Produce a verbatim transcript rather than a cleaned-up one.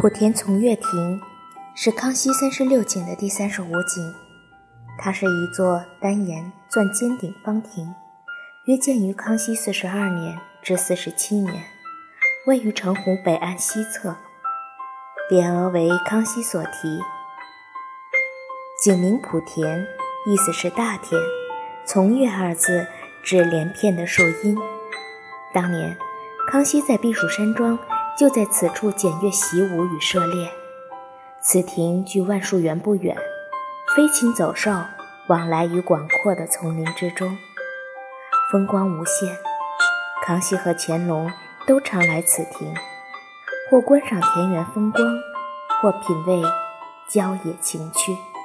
莆田从月亭是康熙三十六景的第三十五景，它是一座单檐钻尖顶方亭，约建于康熙四十二年至四十七年，位于城湖北岸西侧，匾额为康熙所题。景名莆田，意思是大田，从月二字指连片的树荫。当年康熙在避暑山庄就在此处检阅习武与射猎。此亭距万树园不远，飞禽走兽往来于广阔的丛林之中，风光无限。康熙和乾隆都常来此亭，或观赏田园风光，或品味郊野情趣。